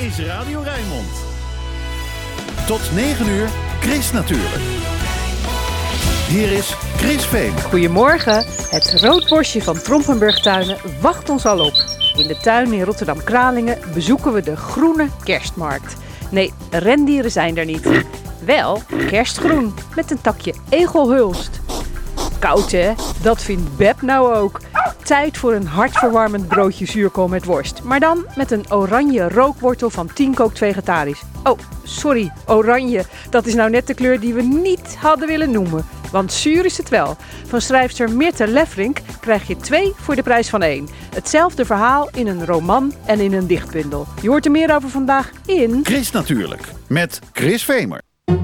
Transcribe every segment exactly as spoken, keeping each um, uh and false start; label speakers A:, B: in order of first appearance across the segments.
A: is Radio Rijnmond. Tot negen uur, Chris natuurlijk. Hier is Chris Veen.
B: Goedemorgen. Het roodborstje van Trompenburgtuinen wacht ons al op. In de tuin in Rotterdam-Kralingen bezoeken we de groene kerstmarkt. Nee, rendieren zijn er niet. Wel kerstgroen met een takje egelhulst. Koud hè? Dat vindt Beb nou ook. Tijd voor een hartverwarmend broodje zuurkool met worst. Maar dan met een oranje rookwortel van Tien kookt vegetarisch. Oh, sorry, oranje. Dat is nou net de kleur die we niet hadden willen noemen. Want zuur is het wel. Van schrijfster Mirte Lefrink krijg je twee voor de prijs van één. Hetzelfde verhaal in een roman en in een dichtbundel. Je hoort er meer over vandaag in...
A: Chris natuurlijk, met Chris Vemer.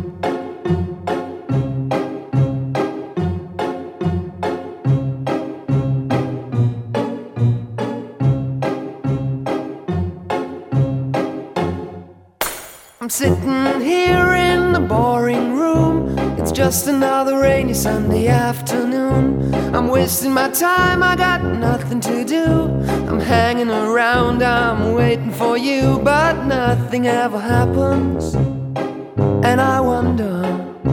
C: I'm sitting here in the boring room. It's just another rainy Sunday afternoon. I'm wasting my time, I got nothing to do. I'm hanging around, I'm waiting for you, but nothing ever happens. And I wonder,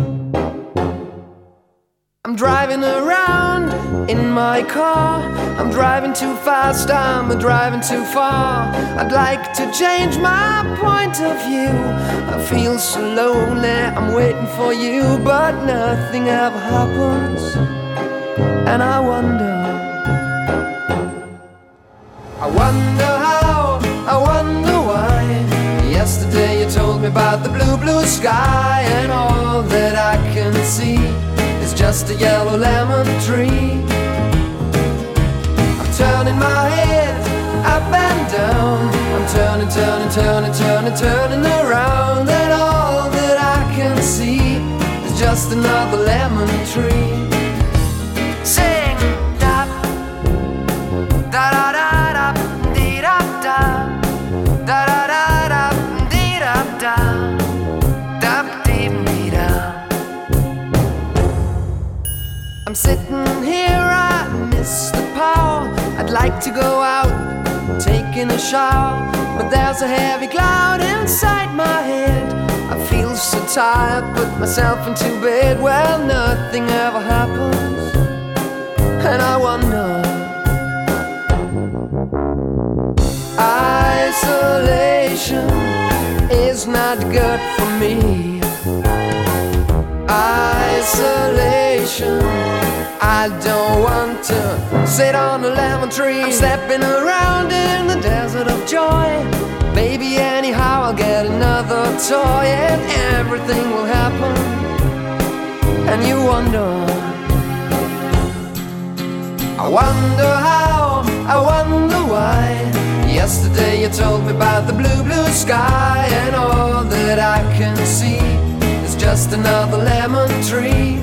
C: I'm driving around in my car. I'm driving too fast, I'm driving too far. I'd like to change my point of view. I feel so lonely, I'm waiting for you, but nothing ever happens. And I wonder, I wonder how, I wonder why. Yesterday you told me about the blue, blue sky, and all that I can see is just a yellow lemon tree. I'm turning my head up and down. I'm turning, turning, turning, turning, turning around, and all that I can see is just another lemon tree. Sing da da da da da dee da da da da da da dee da da da dee dee da. I'm sitting here, I miss the power. I'd like to go out, taking a shower, but there's a heavy cloud inside my head. I feel so tired, put myself into bed. Well, nothing ever happens, and I wonder, isolation is not good for me. Isolation, I don't want to sit on a lemon tree. I'm stepping around in the desert of joy. Maybe anyhow I'll get another toy, and everything will happen. And you wonder, I wonder how, I wonder why. Yesterday you told me about the blue, blue sky, and all that I can see is just another lemon tree.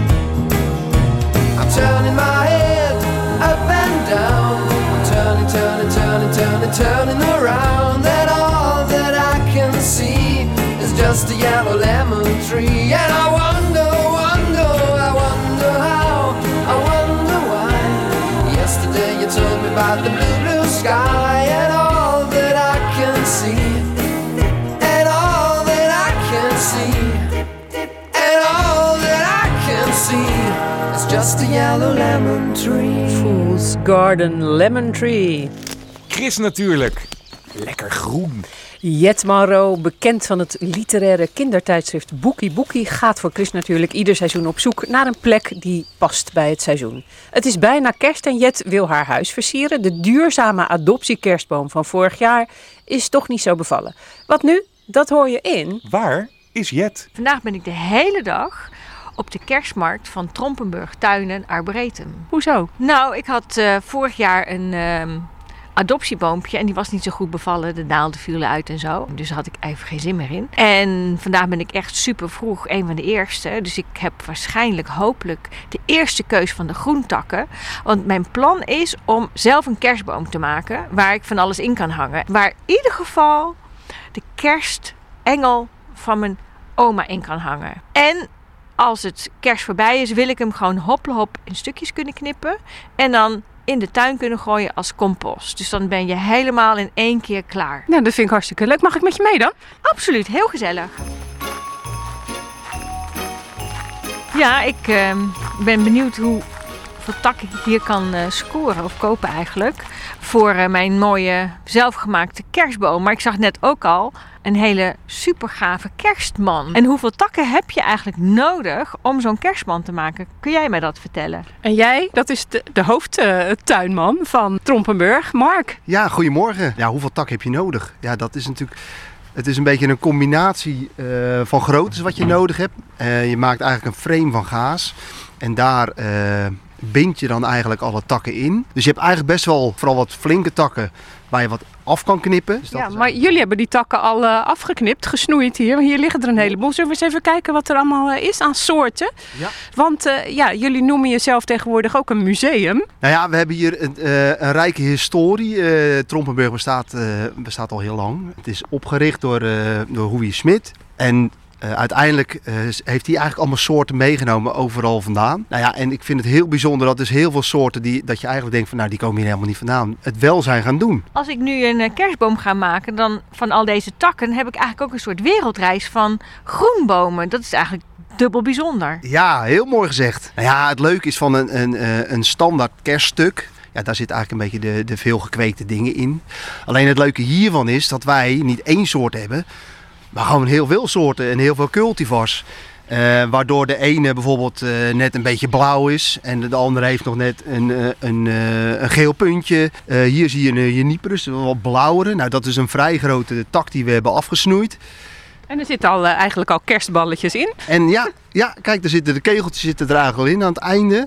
C: I'm turning my head up and down. I'm turning, turning, turning, turning, turning around, and all that I can see is just a yellow lemon tree. And I wonder, wonder, I wonder how, I wonder why. Yesterday you told me about the blue, blue sky, and all that I can see, and all that I can see, and all that I can see is just a yellow lemon tree.
B: Fool's Garden Lemon Tree.
D: Chris natuurlijk. Lekker groen.
B: Jet Monroe, bekend van het literaire kindertijdschrift Boekie Boekie, gaat voor Chris natuurlijk ieder seizoen op zoek naar een plek die past bij het seizoen. Het is bijna kerst en Jet wil haar huis versieren. De duurzame adoptiekerstboom van vorig jaar is toch niet zo bevallen. Wat nu? Dat hoor je in...
D: Waar is Jet?
E: Vandaag ben ik de hele dag op de kerstmarkt van Trompenburgtuinen Arboretum.
B: Hoezo?
E: Nou, ik had uh, vorig jaar een... Uh, adoptieboompje en die was niet zo goed bevallen. De naalden vielen uit en zo. Dus daar had ik even geen zin meer in. En vandaag ben ik echt super vroeg een van de eerste. Dus ik heb waarschijnlijk hopelijk de eerste keus van de groentakken. Want mijn plan is om zelf een kerstboom te maken waar ik van alles in kan hangen. Waar in ieder geval de kerstengel van mijn oma in kan hangen. En als het kerst voorbij is, wil ik hem gewoon hoppelhop in stukjes kunnen knippen. En dan in de tuin kunnen gooien als compost. Dus dan ben je helemaal in één keer klaar.
B: Nou, dat vind ik hartstikke leuk. Mag ik met je mee dan?
E: Absoluut, heel gezellig. Ja, ik uh, ben benieuwd hoe veel takken ik hier kan uh, scoren of kopen eigenlijk. Voor uh, mijn mooie zelfgemaakte kerstboom. Maar ik zag net ook al een hele super gave kerstman. En hoeveel takken heb je eigenlijk nodig om zo'n kerstman te maken? Kun jij mij dat vertellen?
B: En jij, dat is de, de hoofdtuinman uh, van Trompenburg, Mark.
F: Ja, goedemorgen. Ja, hoeveel takken heb je nodig? Ja, dat is natuurlijk... Het is een beetje een combinatie uh, van groottes wat je nodig hebt. Uh, je maakt eigenlijk een frame van gaas. En daar uh, bind je dan eigenlijk alle takken in. Dus je hebt eigenlijk best wel vooral wat flinke takken waar je wat af kan knippen. Dus dat
B: ja,
F: is
B: maar jullie hebben die takken al uh, afgeknipt, gesnoeid hier. Hier liggen er een heleboel. Zullen we eens even kijken wat er allemaal uh, is aan soorten?
F: Ja.
B: Want uh, ja, jullie noemen jezelf tegenwoordig ook een museum.
F: Nou ja, we hebben hier een, uh, een rijke historie. Uh, Trompenburg bestaat, uh, bestaat al heel lang. Het is opgericht door, uh, door Howie Smit. En Uh, uiteindelijk uh, heeft hij eigenlijk allemaal soorten meegenomen overal vandaan. Nou ja, en ik vind het heel bijzonder dat dus heel veel soorten die, dat je eigenlijk denkt van nou die komen hier helemaal niet vandaan, het wel zijn gaan doen.
E: Als ik nu een uh, kerstboom ga maken dan van al deze takken heb ik eigenlijk ook een soort wereldreis van groenbomen. Dat is eigenlijk dubbel bijzonder.
F: Ja, heel mooi gezegd. Nou ja, het leuke is van een, een, een standaard kerststuk. Ja, daar zit eigenlijk een beetje de, de veel gekweekte dingen in. Alleen het leuke hiervan is dat wij niet één soort hebben, maar gewoon heel veel soorten en heel veel cultivars. Uh, waardoor de ene bijvoorbeeld uh, net een beetje blauw is en de andere heeft nog net een, uh, een, uh, een geel puntje. Uh, hier zie je een Juniperus, wat blauwere. Nou, dat is een vrij grote tak die we hebben afgesnoeid.
B: En er zitten al, uh, eigenlijk al kerstballetjes in.
F: En ja, ja, kijk, daar zitten de kegeltjes zitten er eigenlijk al in aan het einde.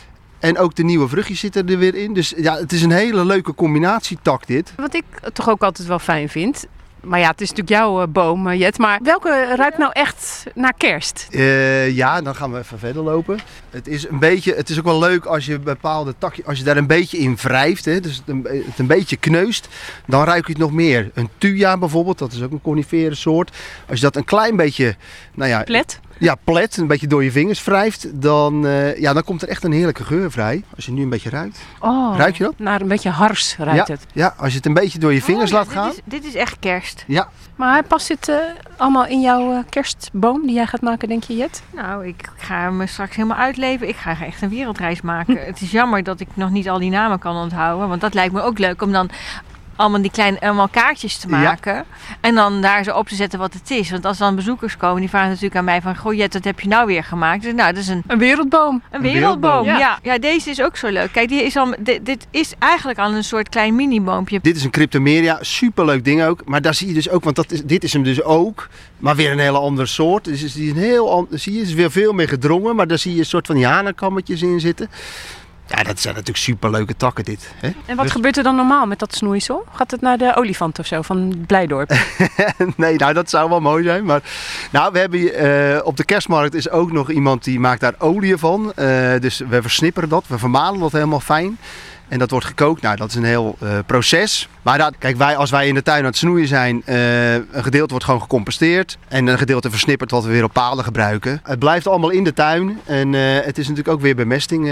F: En ook de nieuwe vruchtjes zitten er weer in. Dus ja, het is een hele leuke combinatietak dit.
B: Wat ik toch ook altijd wel fijn vind. Maar ja, het is natuurlijk jouw uh, boom, uh, Jet. Maar welke ruikt nou echt naar kerst?
F: Uh, ja, dan gaan we even verder lopen. Het is een beetje, het is ook wel leuk als je bepaalde takjes, als je daar een beetje in wrijft, hè, dus het een, het een beetje kneust, dan ruik je het nog meer. Een thuja bijvoorbeeld, dat is ook een conifere soort. Als je dat een klein beetje, nou ja,
B: Plet?
F: Ja, plet, een beetje door je vingers wrijft, dan, uh, ja, dan komt er echt een heerlijke geur vrij. Als je nu een beetje ruikt.
B: Oh,
F: ruik je dat?
B: Naar een beetje hars ruikt
F: ja,
B: het.
F: Ja, als je het een beetje door je vingers
E: oh, ja,
F: laat gaan.
E: Dit is, dit is echt kerst.
F: Ja.
B: Maar past dit uh, allemaal in jouw uh, kerstboom die jij gaat maken, denk je, Jet?
E: Nou, ik ga hem straks helemaal uitleven. Ik ga echt een wereldreis maken. Het is jammer dat ik nog niet al die namen kan onthouden. Want dat lijkt me ook leuk om dan allemaal die kleine allemaal kaartjes te maken. Ja. En dan daar zo op te zetten wat het is. Want als dan bezoekers komen, die vragen natuurlijk aan mij van, goh Jet, wat heb je nou weer gemaakt? Dus, nou, dat is een,
B: een wereldboom.
E: Een wereldboom,
B: ja.
E: ja. Ja, deze is ook zo leuk. Kijk, die is al, dit, dit is eigenlijk al een soort klein mini-boompje.
F: Dit is een Cryptomeria, superleuk ding ook. Maar daar zie je dus ook, want dat is, dit is hem dus ook, maar weer een hele andere soort. Dus is die een heel, zie je, is weer veel meer gedrongen, maar daar zie je een soort van die hanenkammetjes in zitten. Ja, dat zijn natuurlijk superleuke takken dit. Hè?
B: En wat
F: dus...
B: gebeurt er dan normaal met dat snoeisel? Gaat het naar de olifant of zo van Blijdorp?
F: Nee, nou dat zou wel mooi zijn. Maar nou, we hebben uh, op de kerstmarkt is ook nog iemand die maakt daar olie van. Uh, dus we versnipperen dat, we vermalen dat helemaal fijn. En dat wordt gekookt. Nou, dat is een heel uh, proces. Maar dat, kijk, wij, als wij in de tuin aan het snoeien zijn, uh, een gedeelte wordt gewoon gecomposteerd. En een gedeelte versnipperd wat we weer op palen gebruiken. Het blijft allemaal in de tuin. En uh, het is natuurlijk ook weer bemesting. Uh,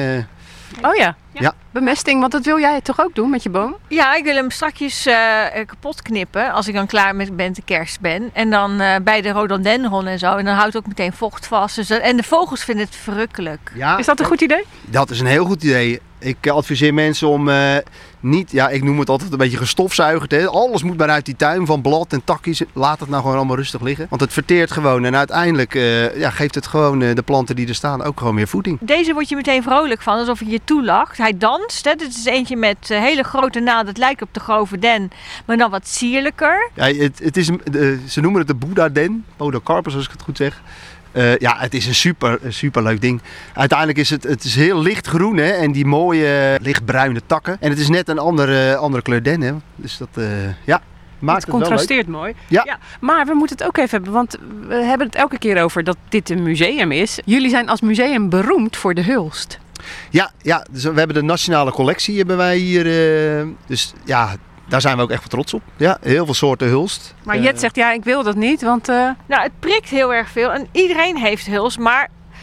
B: Oh ja.
F: Ja. ja,
B: bemesting, want dat wil jij toch ook doen met je boom?
E: Ja, ik wil hem strakjes uh, kapot knippen als ik dan klaar met ben, de kerst ben. En dan uh, bij de rhododendron en zo. En dan houdt ook meteen vocht vast. Dus dat, en de vogels vinden het verrukkelijk.
F: Ja,
B: is dat een goed idee?
F: Dat is een heel goed idee. Ik adviseer mensen om uh, niet, ja, ik noem het altijd een beetje gestofzuigerd. Hè. Alles moet maar uit die tuin, van blad en takjes. Laat het nou gewoon allemaal rustig liggen. Want het verteert gewoon en uiteindelijk uh, ja, geeft het gewoon uh, de planten die er staan ook gewoon meer voeding.
E: Deze word je meteen vrolijk van, alsof hij je toelacht. Hij danst. Hè. Dit is eentje met uh, hele grote naad. Het lijkt op de grove den, maar dan wat sierlijker.
F: Ja, het, het is, uh, ze noemen het de Boeddha-den, Podocarpus als ik het goed zeg. Uh, ja, het is een super, super leuk ding. Uiteindelijk is het, het is heel lichtgroen hè, en die mooie lichtbruine takken. En het is net een andere, andere kleur den. Hè. Dus dat, uh, ja, maakt het,
B: het contrasteert mooi.
F: Ja.
B: Ja. Maar we moeten het ook even hebben, want we hebben het elke keer over dat dit een museum is. Jullie zijn als museum beroemd voor de Hulst.
F: Ja, ja, dus we hebben de nationale collectie hebben wij hier. Uh, dus ja, daar zijn we ook echt wel trots op. Ja, heel veel soorten hulst.
B: Maar Jet zegt, ja, ik wil dat niet, want... Uh...
E: Nou, het prikt heel erg veel en iedereen heeft huls, maar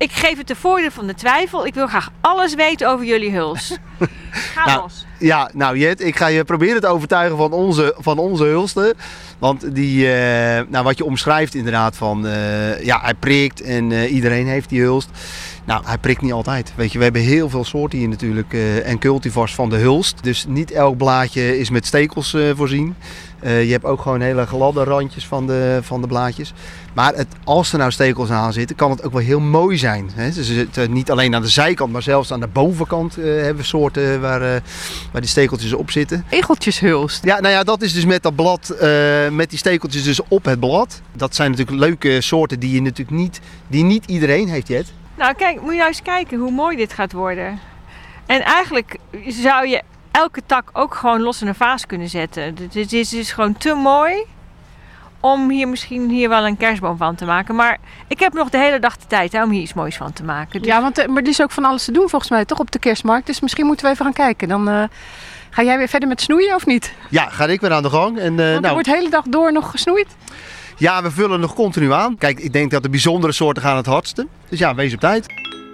E: Ik geef het de voordeel van de twijfel. Ik wil graag alles weten over jullie huls. Ga
F: Nou,
E: los.
F: Ja, nou Jet, ik ga je proberen te overtuigen van onze, van onze hulsten. Want die, eh, nou, wat je omschrijft inderdaad van, eh, ja, hij prikt en uh, iedereen heeft die hulst. Nou, hij prikt niet altijd. Weet je, we hebben heel veel soorten hier natuurlijk uh, en cultivars van de hulst. Dus niet elk blaadje is met stekels uh, voorzien. Uh, je hebt ook gewoon hele gladde randjes van de, van de blaadjes. Maar het, als er nou stekels aan zitten, kan het ook wel heel mooi zijn. Hè? Dus het, uh, niet alleen aan de zijkant, maar zelfs aan de bovenkant uh, hebben we soorten waar, uh, waar die stekeltjes op zitten.
B: Egeltjeshulst.
F: Ja, nou ja, dat is dus met dat blad, uh, met die stekeltjes dus op het blad. Dat zijn natuurlijk leuke soorten die je natuurlijk niet, die niet iedereen heeft, Jet.
E: Nou kijk, moet je nou eens kijken hoe mooi dit gaat worden. En eigenlijk zou je elke tak ook gewoon los in een vaas kunnen zetten. Dit is, is gewoon te mooi om hier misschien hier wel een kerstboom van te maken. Maar ik heb nog de hele dag de tijd hè, om hier iets moois van te maken. Dus...
B: Ja, want, maar er is ook van alles te doen volgens mij, toch op de kerstmarkt. Dus misschien moeten we even gaan kijken. Dan uh, ga jij weer verder met snoeien of niet?
F: Ja, ga ik weer aan de gang. En, uh,
B: want er
F: nou...
B: wordt de hele dag door nog gesnoeid.
F: Ja, we vullen nog continu aan. Kijk, ik denk dat de bijzondere soorten gaan het hardste. Dus ja, wees op tijd.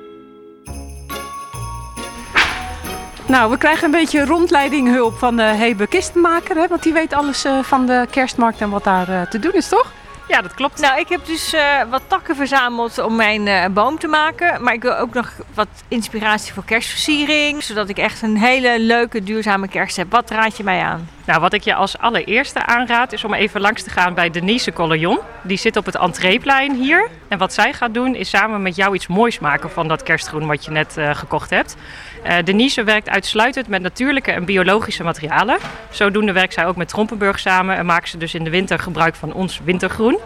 B: Nou, we krijgen een beetje rondleidinghulp van de Hebe Kistenmaker. Hè? Want die weet alles uh, van de kerstmarkt en wat daar uh, te doen is, toch?
E: Ja, dat klopt. Nou, ik heb dus uh, wat takken verzameld om mijn uh, boom te maken. Maar ik wil ook nog wat inspiratie voor kerstversiering. Zodat ik echt een hele leuke, duurzame kerst heb. Wat raad je mij aan?
G: Nou, wat ik je als allereerste aanraad is om even langs te gaan bij Denise Collignon. Die zit op het entreeplein hier. En wat zij gaat doen is samen met jou iets moois maken van dat kerstgroen wat je net uh, gekocht hebt. Uh, Denise werkt uitsluitend met natuurlijke en biologische materialen. Zodoende werkt zij ook met Trompenburg samen en maakt ze dus in de winter gebruik van ons wintergroen.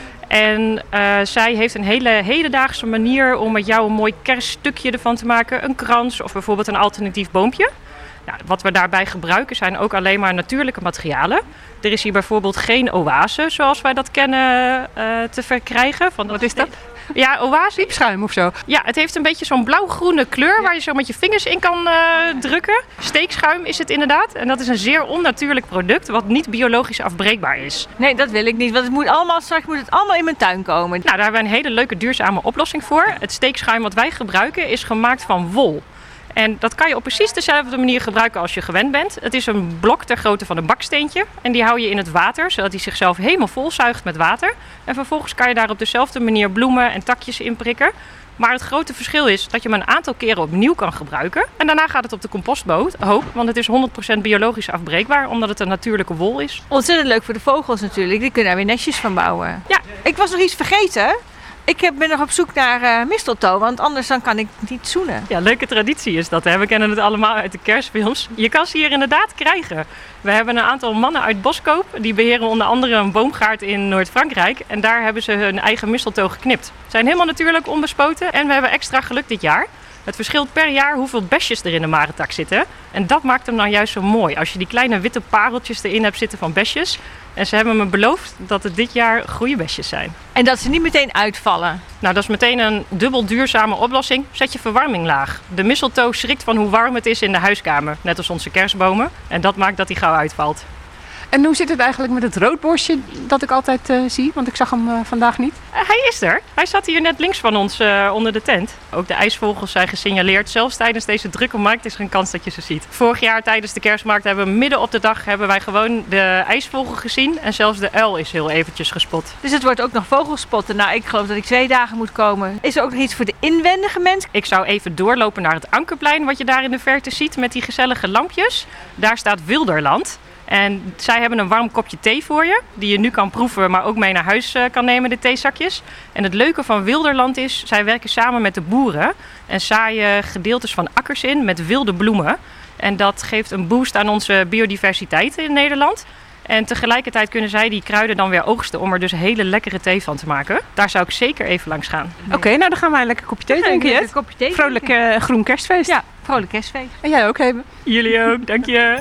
G: En uh, zij heeft een hele hedendaagse manier om met jou een mooi kerststukje ervan te maken. Een krans of bijvoorbeeld een alternatief boompje. Nou, wat we daarbij gebruiken zijn ook alleen maar natuurlijke materialen. Er is hier bijvoorbeeld geen oase zoals wij dat kennen uh, te verkrijgen. Van
B: wat is dat?
G: Ja, oase.
B: Piepschuim of zo?
G: Ja, het heeft een beetje zo'n blauw-groene kleur waar je zo met je vingers in kan uh, drukken. Steekschuim is het inderdaad. En dat is een zeer onnatuurlijk product wat niet biologisch afbreekbaar is.
E: Nee, dat wil ik niet. Want het moet allemaal, straks moet het allemaal in mijn tuin komen.
G: Nou, daar hebben we een hele leuke duurzame oplossing voor. Het steekschuim wat wij gebruiken is gemaakt van wol. En dat kan je op precies dezelfde manier gebruiken als je gewend bent. Het is een blok ter grootte van een baksteentje. En die hou je in het water, zodat hij zichzelf helemaal vol zuigt met water. En vervolgens kan je daar op dezelfde manier bloemen en takjes in prikken. Maar het grote verschil is dat je hem een aantal keren opnieuw kan gebruiken. En daarna gaat het op de composthoop, want het is honderd procent biologisch afbreekbaar, omdat het een natuurlijke wol is.
E: Ontzettend leuk voor de vogels natuurlijk. Die kunnen daar weer nestjes van bouwen.
G: Ja,
E: ik was nog iets vergeten. Ik ben nog op zoek naar uh, mistletoe, want anders dan kan ik niet zoenen.
G: Ja, leuke traditie is dat. Hè? We kennen het allemaal uit de kerstfilms. Je kan ze hier inderdaad krijgen. We hebben een aantal mannen uit Boskoop. Die beheren onder andere een boomgaard in Noord-Frankrijk. En daar hebben ze hun eigen mistletoe geknipt. Ze zijn helemaal natuurlijk onbespoten en we hebben extra geluk dit jaar. Het verschilt per jaar hoeveel besjes er in de marentak zitten. En dat maakt hem dan juist zo mooi. Als je die kleine witte pareltjes erin hebt zitten van besjes. En ze hebben me beloofd dat het dit jaar goede besjes zijn.
E: En dat ze niet meteen uitvallen?
G: Nou, dat is meteen een dubbel duurzame oplossing. Zet je verwarming laag. De mistletoe schrikt van hoe warm het is in de huiskamer. Net als onze kerstbomen. En dat maakt dat hij gauw uitvalt.
B: En hoe zit het eigenlijk met het roodborstje dat ik altijd uh, zie? Want ik zag hem uh, vandaag niet.
G: Uh, hij is er. Hij zat hier net links van ons uh, onder de tent. Ook de ijsvogels zijn gesignaleerd. Zelfs tijdens deze drukke markt is er een kans dat je ze ziet. Vorig jaar tijdens de kerstmarkt hebben we midden op de dag hebben wij gewoon de ijsvogel gezien. En zelfs de uil is heel eventjes gespot.
E: Dus het wordt ook nog vogelspotten. Nou, ik geloof dat ik twee dagen moet komen. Is er ook nog iets voor de inwendige mens?
G: Ik zou even doorlopen naar het Ankerplein wat je daar in de verte ziet met die gezellige lampjes. Daar staat Wilderland. En zij hebben een warm kopje thee voor je, die je nu kan proeven, maar ook mee naar huis uh, kan nemen, de theezakjes. En het leuke van Wilderland is, zij werken samen met de boeren en zaaien gedeeltes van akkers in met wilde bloemen. En dat geeft een boost aan onze biodiversiteit in Nederland. En tegelijkertijd kunnen zij die kruiden dan weer oogsten om er dus hele lekkere thee van te maken. Daar zou ik zeker even langs gaan.
B: Oké, okay, nou dan gaan wij een lekker kopje thee drinken,
E: ja, een kopje thee.
B: Vrolijk uh, groen kerstfeest.
E: Ja, vrolijk kerstfeest.
B: En jij ook, Hebe.
G: Jullie ook, dank je.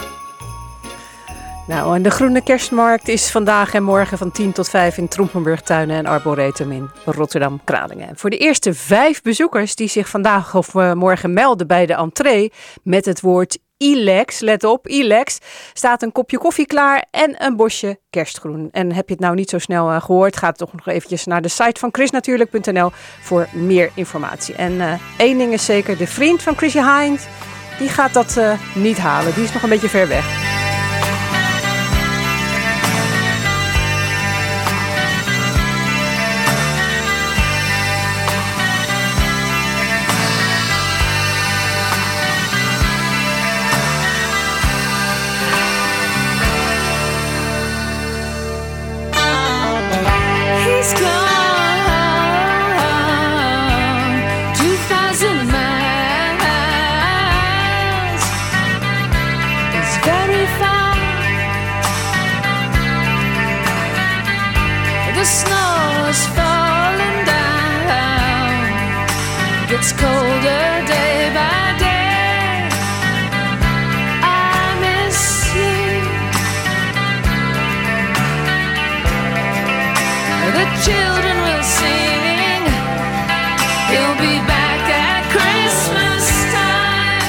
B: Nou, en de Groene Kerstmarkt is vandaag en morgen van tien tot vijf in Trompenburg Tuinen en Arboretum in Rotterdam-Kralingen. Voor de eerste vijf bezoekers die zich vandaag of uh, morgen melden bij de entree met het woord Ilex, let op, Ilex, staat een kopje koffie klaar en een bosje kerstgroen. En heb je het nou niet zo snel uh, gehoord, ga toch nog eventjes naar de site van chris natuurlijk punt n l voor meer informatie. En uh, één ding is zeker, de vriend van Chrissy Hynde, die gaat dat uh, niet halen. Die is nog een beetje ver weg.
H: The snow is falling down. It's colder day by day. I miss you. The children will sing. He'll be back at Christmas time.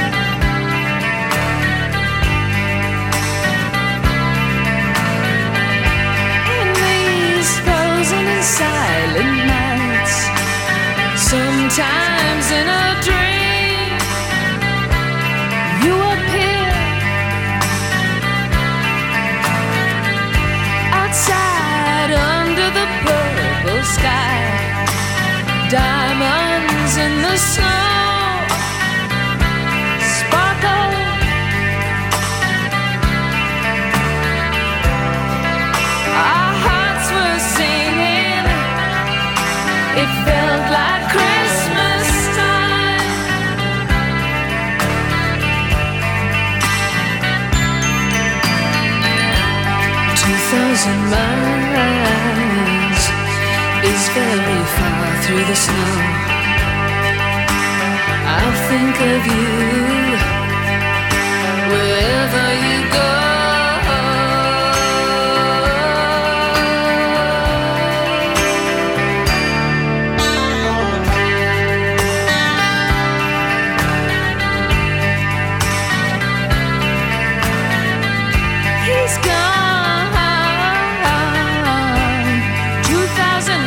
H: In these frozen and silent nights, sometimes in a dream, you appear outside under the purple sky. Diamonds in the snow sparkle. Our hearts were singing. It felt like Christmas time. Two thousand miles is very far through the snow. I'll think of you wherever you go. He's gone. Two thousand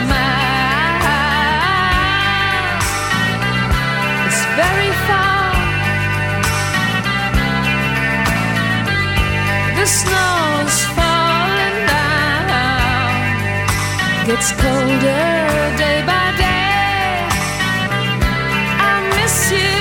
H: miles. It's very far. The snow's falling down. Gets colder day by day. I miss you.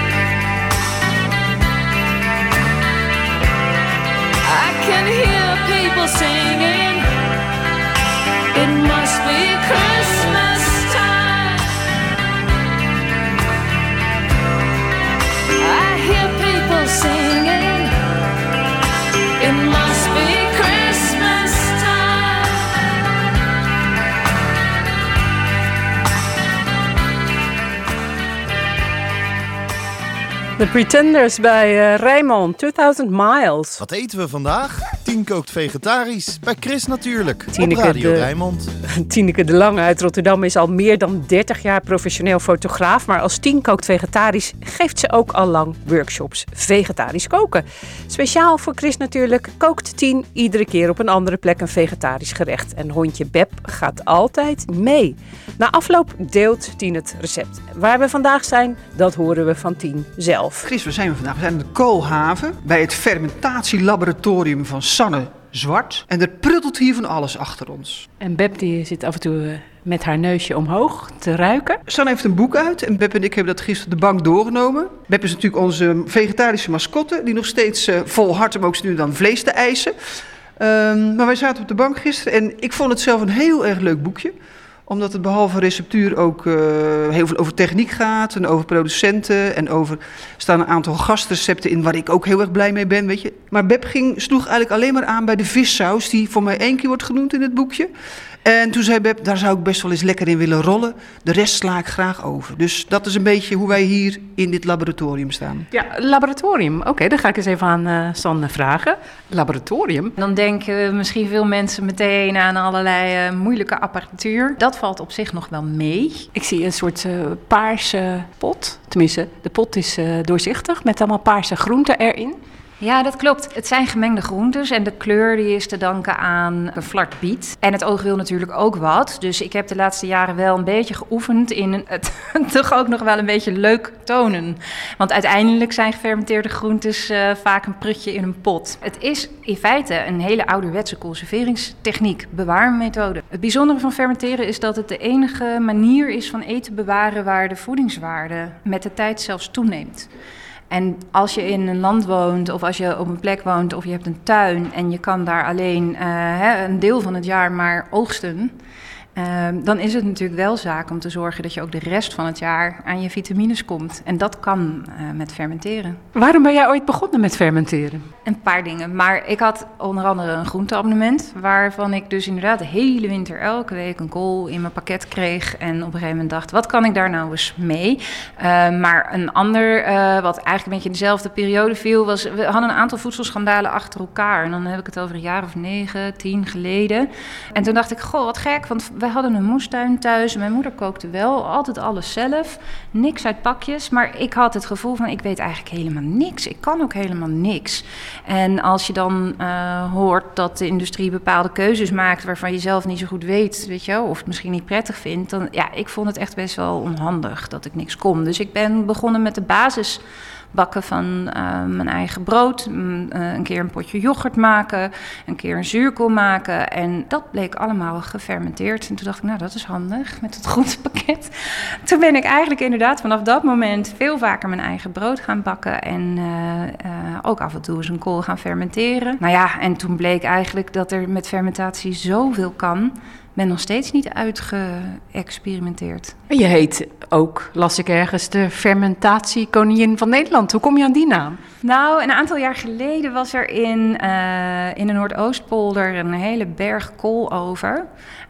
H: I can hear people singing. It must be Christmas time. I hear people singing. It must be Christmas time.
B: The Pretenders bij uh, Rijnmond, tweeduizend miles.
I: Wat eten we vandaag? Tien kookt vegetarisch. Bij Chris natuurlijk.
B: Tineke
I: op Radio
B: de-
I: Rijnmond.
B: Tineke de Lange uit Rotterdam is al meer dan dertig jaar professioneel fotograaf. Maar als Tien kookt vegetarisch geeft ze ook al lang workshops vegetarisch koken. Speciaal voor Chris natuurlijk kookt Tien iedere keer op een andere plek een vegetarisch gerecht. En hondje Beb gaat altijd mee. Na afloop deelt Tien het recept. Waar we vandaag zijn, dat horen we van Tien zelf.
J: Chris, waar zijn we vandaag? We zijn in de Koolhaven bij het fermentatielaboratorium van Sanne Zwart. En er pruttelt hier van alles achter ons.
B: En Beb die zit af en toe uh, met haar neusje omhoog te ruiken.
J: Sanne heeft een boek uit en Beb en ik hebben dat gisteren op de bank doorgenomen. Beb is natuurlijk onze vegetarische mascotte, die nog steeds uh, volhardt om ook nu dan vlees te eisen. Um, maar wij zaten op de bank gisteren en ik vond het zelf een heel erg leuk boekje. Omdat het behalve receptuur ook uh, heel veel over techniek gaat en over producenten. En over, er staan een aantal gastrecepten in waar ik ook heel erg blij mee ben, weet je. Maar Beb ging, sloeg eigenlijk alleen maar aan bij de vissaus, die voor mij één keer wordt genoemd in het boekje. En toen zei Beb, daar zou ik best wel eens lekker in willen rollen. De rest sla ik graag over. Dus dat is een beetje hoe wij hier in dit laboratorium staan.
B: Ja, laboratorium. Oké, okay, dan ga ik eens even aan uh, Sanne vragen. Laboratorium?
K: Dan denken misschien veel mensen meteen aan allerlei uh, moeilijke apparatuur. Dat valt op zich nog wel mee.
B: Ik zie een soort uh, paarse pot. Tenminste, de pot is uh, doorzichtig met allemaal paarse groenten erin.
K: Ja, dat klopt. Het zijn gemengde groentes en de kleur die is te danken aan een flart biet. En het oog wil natuurlijk ook wat. Dus ik heb de laatste jaren wel een beetje geoefend in het toch ook nog wel een beetje leuk tonen. Want uiteindelijk zijn gefermenteerde groentes uh, vaak een prutje in een pot. Het is in feite een hele ouderwetse conserveringstechniek, bewaarmethode. Het bijzondere van fermenteren is dat het de enige manier is van eten bewaren waar de voedingswaarde met de tijd zelfs toeneemt. En als je in een land woont of als je op een plek woont of je hebt een tuin en je kan daar alleen uh, hè, een deel van het jaar maar oogsten, uh, dan is het natuurlijk wel zaak om te zorgen dat je ook de rest van het jaar aan je vitamines komt. En dat kan uh, met fermenteren.
B: Waarom ben jij ooit begonnen met fermenteren?
K: Een paar dingen, maar ik had onder andere een groenteabonnement, waarvan ik dus inderdaad de hele winter elke week een kool in mijn pakket kreeg. En op een gegeven moment dacht, wat kan ik daar nou eens mee? Uh, maar een ander, uh, wat eigenlijk een beetje in dezelfde periode viel, was, we hadden een aantal voedselschandalen achter elkaar. En dan heb ik het over een jaar of negen, tien geleden. En toen dacht ik, goh, wat gek, want wij hadden een moestuin thuis. En mijn moeder kookte wel altijd alles zelf, niks uit pakjes. Maar ik had het gevoel van, ik weet eigenlijk helemaal niks. Ik kan ook helemaal niks. En als je dan uh, hoort dat de industrie bepaalde keuzes maakt waarvan je zelf niet zo goed weet, weet je wel, of het misschien niet prettig vindt, dan ja, ik vond het echt best wel onhandig dat ik niks kon. Dus ik ben begonnen met de basis bakken van uh, mijn eigen brood, mm, uh, een keer een potje yoghurt maken, een keer een zuurkool maken. En dat bleek allemaal gefermenteerd. En toen dacht ik, nou, dat is handig met het groentepakket. Toen ben ik eigenlijk inderdaad vanaf dat moment veel vaker mijn eigen brood gaan bakken en uh, uh, ook af en toe eens een kool gaan fermenteren. Nou ja, en toen bleek eigenlijk dat er met fermentatie zoveel kan. Ik ben nog steeds niet uitgeëxperimenteerd.
B: Je heet ook, las ik ergens, de fermentatiekoningin van Nederland. Hoe kom je aan die naam?
K: Nou, een aantal jaar geleden was er in, uh, in de Noordoostpolder een hele berg kool over.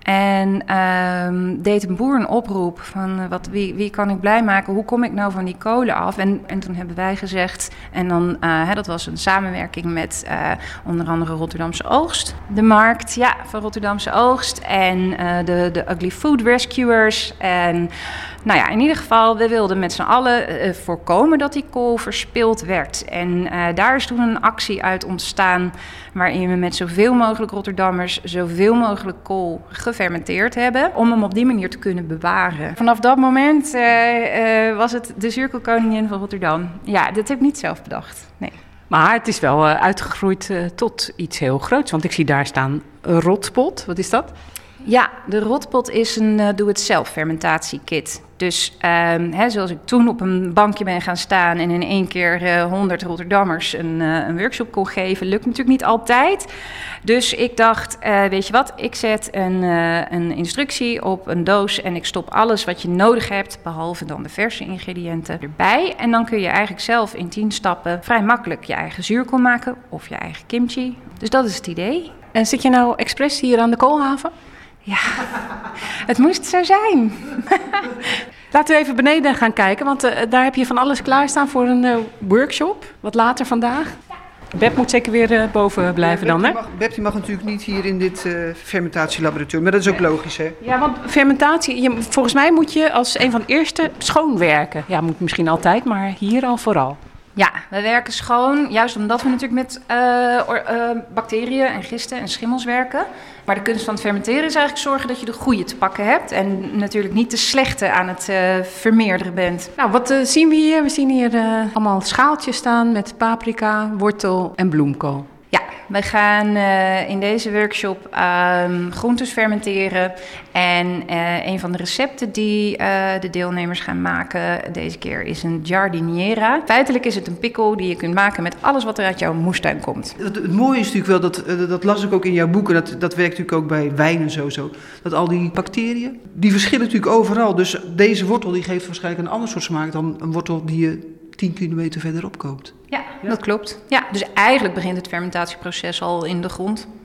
K: En uh, deed een boer een oproep van uh, wat, wie, wie kan ik blij maken, hoe kom ik nou van die kolen af? En, en toen hebben wij gezegd, en dan, uh, hè, dat was een samenwerking met uh, onder andere Rotterdamse Oogst. De markt, ja, van Rotterdamse Oogst en uh, de, de Ugly Food Rescuers. En nou ja, in ieder geval, we wilden met z'n allen uh, voorkomen dat die kool verspild werd. En uh, daar is toen een actie uit ontstaan waarin we met zoveel mogelijk Rotterdammers zoveel mogelijk kool gefermenteerd hebben, om hem op die manier te kunnen bewaren. Vanaf dat moment uh, uh, was het de zuurkoolkoningin van Rotterdam. Ja, dat heb ik niet zelf bedacht, nee.
B: Maar het is wel uh, uitgegroeid uh, tot iets heel groots, want ik zie daar staan rotpot. Wat is dat?
K: Ja, de rotpot is een uh, doe-het-zelf fermentatiekit. Dus uh, hè, zoals ik toen op een bankje ben gaan staan en in één keer honderd uh, Rotterdammers een, uh, een workshop kon geven, lukt natuurlijk niet altijd. Dus ik dacht, uh, weet je wat, ik zet een, uh, een instructie op een doos en ik stop alles wat je nodig hebt, behalve dan de verse ingrediënten, erbij. En dan kun je eigenlijk zelf in tien stappen vrij makkelijk je eigen zuurkool maken of je eigen kimchi. Dus dat is het idee.
B: En zit je nou expres hier aan de koolhaven?
K: Ja, het moest zo zijn.
B: Laten we even beneden gaan kijken, want uh, daar heb je van alles klaarstaan voor een uh, workshop, wat later vandaag. Beb moet zeker weer uh, boven blijven
J: ja,
B: dan, hè?
J: Mag, Beb die mag natuurlijk niet hier in dit uh, fermentatielaboratorium, maar dat is ook logisch, hè?
B: Ja, want fermentatie, je, volgens mij moet je als een van de eerste schoonwerken. Ja, moet misschien altijd, maar hier al vooral.
K: Ja, we werken schoon, juist omdat we natuurlijk met uh, or, uh, bacteriën en gisten en schimmels werken. Maar de kunst van het fermenteren is eigenlijk zorgen dat je de goede te pakken hebt. En natuurlijk niet de slechte aan het uh, vermeerderen bent.
B: Nou, wat uh, zien we hier? We zien hier uh, allemaal schaaltjes staan met paprika, wortel en bloemkool.
K: Ja, we gaan uh, in deze workshop um, groentes fermenteren. En uh, een van de recepten die uh, de deelnemers gaan maken deze keer is een giardiniera. Feitelijk is het een pikkel die je kunt maken met alles wat er uit jouw moestuin komt.
J: Het, het mooie is natuurlijk wel, dat, dat las ik ook in jouw boeken, dat, dat werkt natuurlijk ook bij wijn en zo, zo. Dat al die bacteriën, die verschillen natuurlijk overal. Dus deze wortel die geeft waarschijnlijk een ander soort smaak dan een wortel die je tien kilometer verderop koopt.
K: Ja, ja, dat klopt. Ja, dus eigenlijk begint het fermentatieproces al in de grond.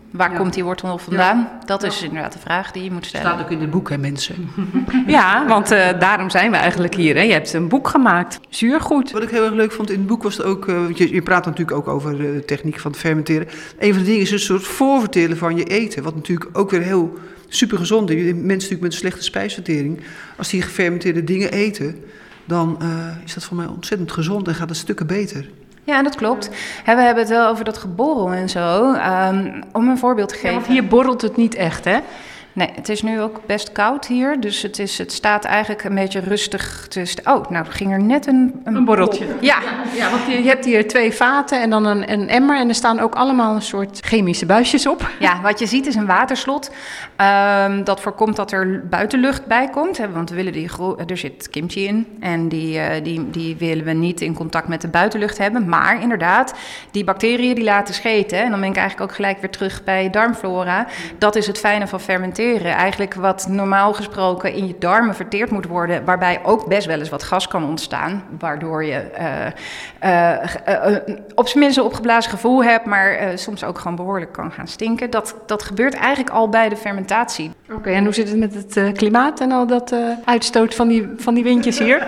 K: Waar
J: Ja.
K: komt die wortel nog vandaan? Dat is inderdaad de vraag die je moet stellen.
J: Staat ook in het boek, hè, mensen.
B: Ja, want uh, daarom zijn we eigenlijk hier. Hè? Je hebt een boek gemaakt, Zuurgoed.
J: Wat ik heel erg leuk vond in het boek was het ook, uh, want je, je praat natuurlijk ook over de techniek van het fermenteren. Een van de dingen is een soort voorverteren van je eten, wat natuurlijk ook weer heel super gezond is. Mensen natuurlijk met een slechte spijsvertering, als die gefermenteerde dingen eten, dan uh, is dat voor mij ontzettend gezond en gaat het stukken beter.
K: Ja, dat klopt. He, we hebben het wel over dat geborrel en zo. Um, om een voorbeeld te geven.
B: Ja, want hier borrelt het niet echt, hè?
K: Nee, het is nu ook best koud hier. Dus het, is, het staat eigenlijk een beetje rustig te... st- Oh, nou ging er net een...
B: Een borreltje.
K: Ja.
B: Ja, want je, je hebt hier twee vaten en dan een, een emmer. En er staan ook allemaal een soort chemische buisjes op.
K: Ja, wat je ziet is een waterslot. Um, dat voorkomt dat er buitenlucht bij komt. Hè, want we willen die gro- er zit kimchi in. En die, uh, die, die willen we niet in contact met de buitenlucht hebben. Maar inderdaad, die bacteriën die laten scheten. En dan ben ik eigenlijk ook gelijk weer terug bij darmflora. Dat is het fijne van fermenteren. Eigenlijk wat normaal gesproken in je darmen verteerd moet worden. Waarbij ook best wel eens wat gas kan ontstaan. Waardoor je uh, uh, uh, uh, op zijn minst een opgeblazen gevoel hebt. Maar uh, soms ook gewoon behoorlijk kan gaan stinken. Dat, dat gebeurt eigenlijk al bij de fermentatie.
B: Oké, okay, en hoe zit het met het uh, klimaat en al dat uh, uitstoot van die, van die windjes hier?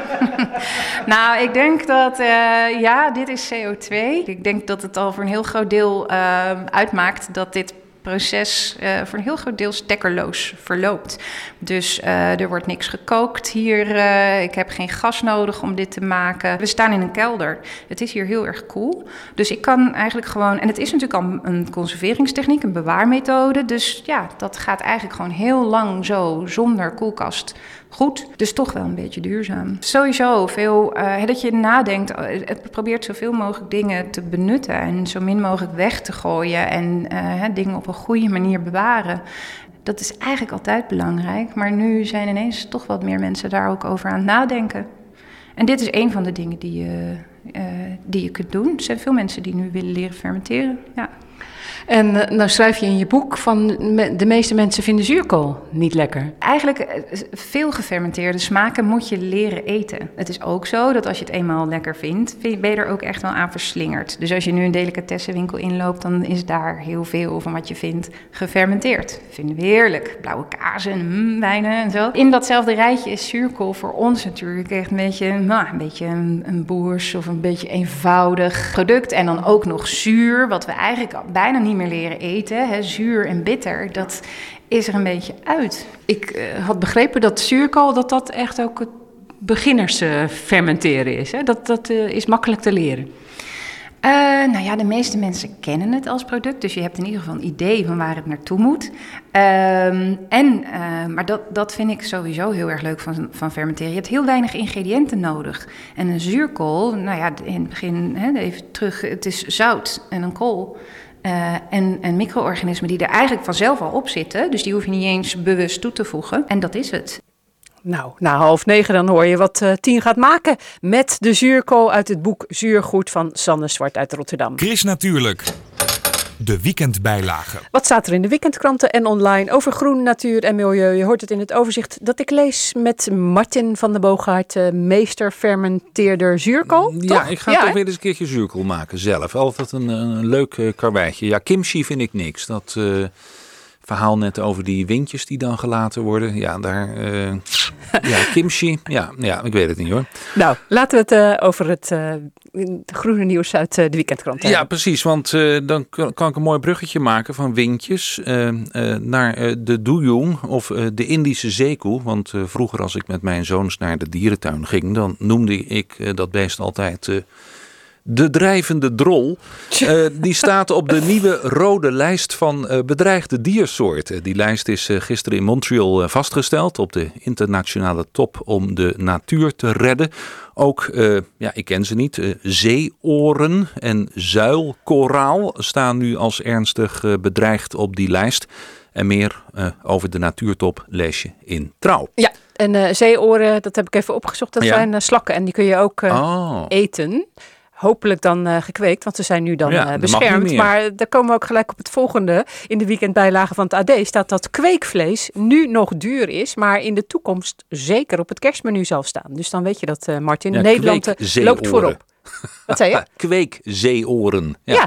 K: Nou, ik denk dat, uh, ja, dit is C O twee. Ik denk dat het al voor een heel groot deel uh, uitmaakt dat dit proces uh, voor een heel groot deel stekkerloos verloopt. Dus uh, er wordt niks gekookt hier. Uh, ik heb geen gas nodig om dit te maken. We staan in een kelder. Het is hier heel erg koel. Dus ik kan eigenlijk gewoon... En het is natuurlijk al een conserveringstechniek, een bewaarmethode. Dus ja, dat gaat eigenlijk gewoon heel lang zo zonder koelkast goed. Dus toch wel een beetje duurzaam. Sowieso veel, uh, dat je nadenkt, het probeert zoveel mogelijk dingen te benutten en zo min mogelijk weg te gooien en uh, dingen op een goede manier bewaren. Dat is eigenlijk altijd belangrijk, maar nu zijn ineens toch wat meer mensen daar ook over aan het nadenken. En dit is een van de dingen die je, uh, die je kunt doen. Er zijn veel mensen die nu willen leren fermenteren, ja.
B: En uh, nou schrijf je in je boek van me, de meeste mensen vinden zuurkool niet lekker.
K: Eigenlijk veel gefermenteerde smaken moet je leren eten. Het is ook zo dat als je het eenmaal lekker vindt, ben je er ook echt wel aan verslingerd. Dus als je nu een delicatessenwinkel inloopt, dan is daar heel veel van wat je vindt gefermenteerd. Vinden we heerlijk. Blauwe kazen, mm, wijnen en zo. In datzelfde rijtje is zuurkool voor ons natuurlijk echt een beetje, nou, een, beetje een, een boers of een beetje eenvoudig product. En dan ook nog zuur, wat we eigenlijk bijna niet meer leren eten. Hè. Zuur en bitter, dat is er een beetje uit.
B: Ik uh, had begrepen dat zuurkool, dat dat echt ook het beginners uh, fermenteren is. Hè? Dat, dat uh, is makkelijk te leren.
K: Uh, nou ja, de meeste mensen kennen het als product. Dus je hebt in ieder geval een idee van waar het naartoe moet. Um, en, uh, maar dat, dat vind ik sowieso heel erg leuk van, van fermenteren. Je hebt heel weinig ingrediënten nodig. En een zuurkool, nou ja, in het begin, hè, even terug, het is zout en een kool. Uh, en, en micro-organismen die er eigenlijk vanzelf al op zitten. Dus die hoef je niet eens bewust toe te voegen. En dat is het.
B: Nou, na half negen dan hoor je wat uh, Tien gaat maken met de zuurkool uit het boek Zuurgoed van Sanne Zwart uit Rotterdam.
D: Chris Natuurlijk. De weekendbijlage.
B: Wat staat er in de weekendkranten en online over groen, natuur en milieu? Je hoort het in het overzicht dat ik lees met Martin van der Boogaard, uh, meester fermenteerder zuurkool.
L: Ja,
B: toch?
L: ik ga
B: ja,
L: toch
B: hè?
L: weer eens een keertje zuurkool maken zelf. Altijd een, een leuk uh, karweitje. Ja, kimchi vind ik niks. Dat uh, verhaal net over die windjes die dan gelaten worden. Ja, daar... Uh, ja, kimchi. Ja, ja, ik weet het niet hoor.
B: Nou, laten we het uh, over het uh, groene nieuws uit uh, de weekendkrant hebben.
L: Ja, precies. Want uh, dan kan ik een mooi bruggetje maken van windjes uh, uh, naar uh, de dujung of uh, de Indische zeekoe. Want uh, vroeger als ik met mijn zoons naar de dierentuin ging, dan noemde ik uh, dat beest altijd... Uh, De drijvende drol, uh, die staat op de nieuwe rode lijst van uh, bedreigde diersoorten. Die lijst is uh, gisteren in Montreal uh, vastgesteld op de internationale top om de natuur te redden. Ook, uh, ja, ik ken ze niet, uh, zeeoren en zuilkoraal staan nu als ernstig uh, bedreigd op die lijst. En meer uh, over de natuurtop lees je in Trouw.
B: Ja, en uh, zeeoren, dat heb ik even opgezocht, dat
L: ja.
B: zijn uh, slakken en die kun je ook uh,
L: oh.
B: eten. Hopelijk dan uh, gekweekt, want ze zijn nu dan
L: ja,
B: uh, beschermd. Maar daar komen we ook gelijk op het volgende. In de weekendbijlage van het A D staat dat kweekvlees nu nog duur is, maar in de toekomst zeker op het kerstmenu zal staan. Dus dan weet je dat, uh, Martin.
L: Ja,
B: Nederland uh, loopt voorop. Wat zei je?
L: Kweekzeeoren. Ja.
B: ja.